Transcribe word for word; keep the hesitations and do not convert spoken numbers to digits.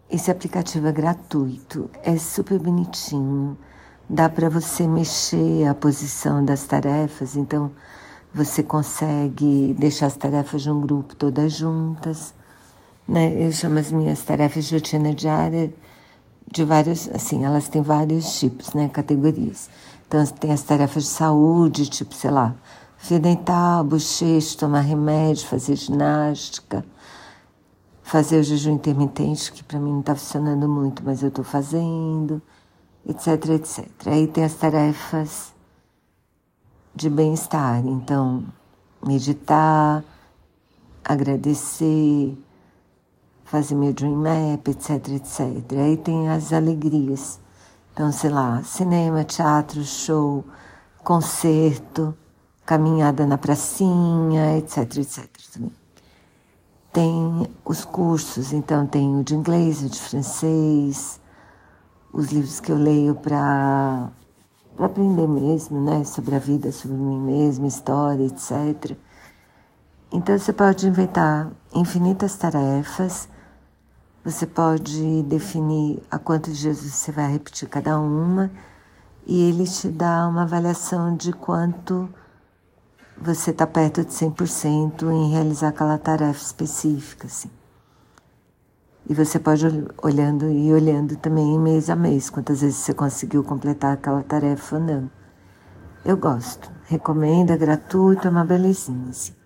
Esse aplicativo é gratuito, é super bonitinho, dá para você mexer a posição das tarefas, então você consegue deixar as tarefas de um grupo todas juntas, né? Eu chamo as minhas tarefas de rotina diária de vários, assim, elas têm vários tipos, né, categorias. Então tem as tarefas de saúde, tipo, sei lá, fio dental, bochecho, tomar remédio, fazer ginástica, fazer o jejum intermitente, que para mim não está funcionando muito, mas eu estou fazendo, etc, etcétera. Aí tem as tarefas de bem-estar, então, meditar, agradecer, fazer meu dream map, etc, etcétera. Aí tem as alegrias, então, sei lá, cinema, teatro, show, concerto, caminhada na pracinha, etc, etcétera também. Tem os cursos, então tem o de inglês, o de francês, os livros que eu leio para aprender mesmo, né, sobre a vida, sobre mim mesma, história, etcétera. Então você pode inventar infinitas tarefas, você pode definir a quantos dias você vai repetir cada uma e ele te dá uma avaliação de quanto você está perto de cem por cento em realizar aquela tarefa específica, assim. E você pode olhando e olhando também mês a mês, quantas vezes você conseguiu completar aquela tarefa ou não. Eu gosto, recomendo, é gratuito, é uma belezinha, assim.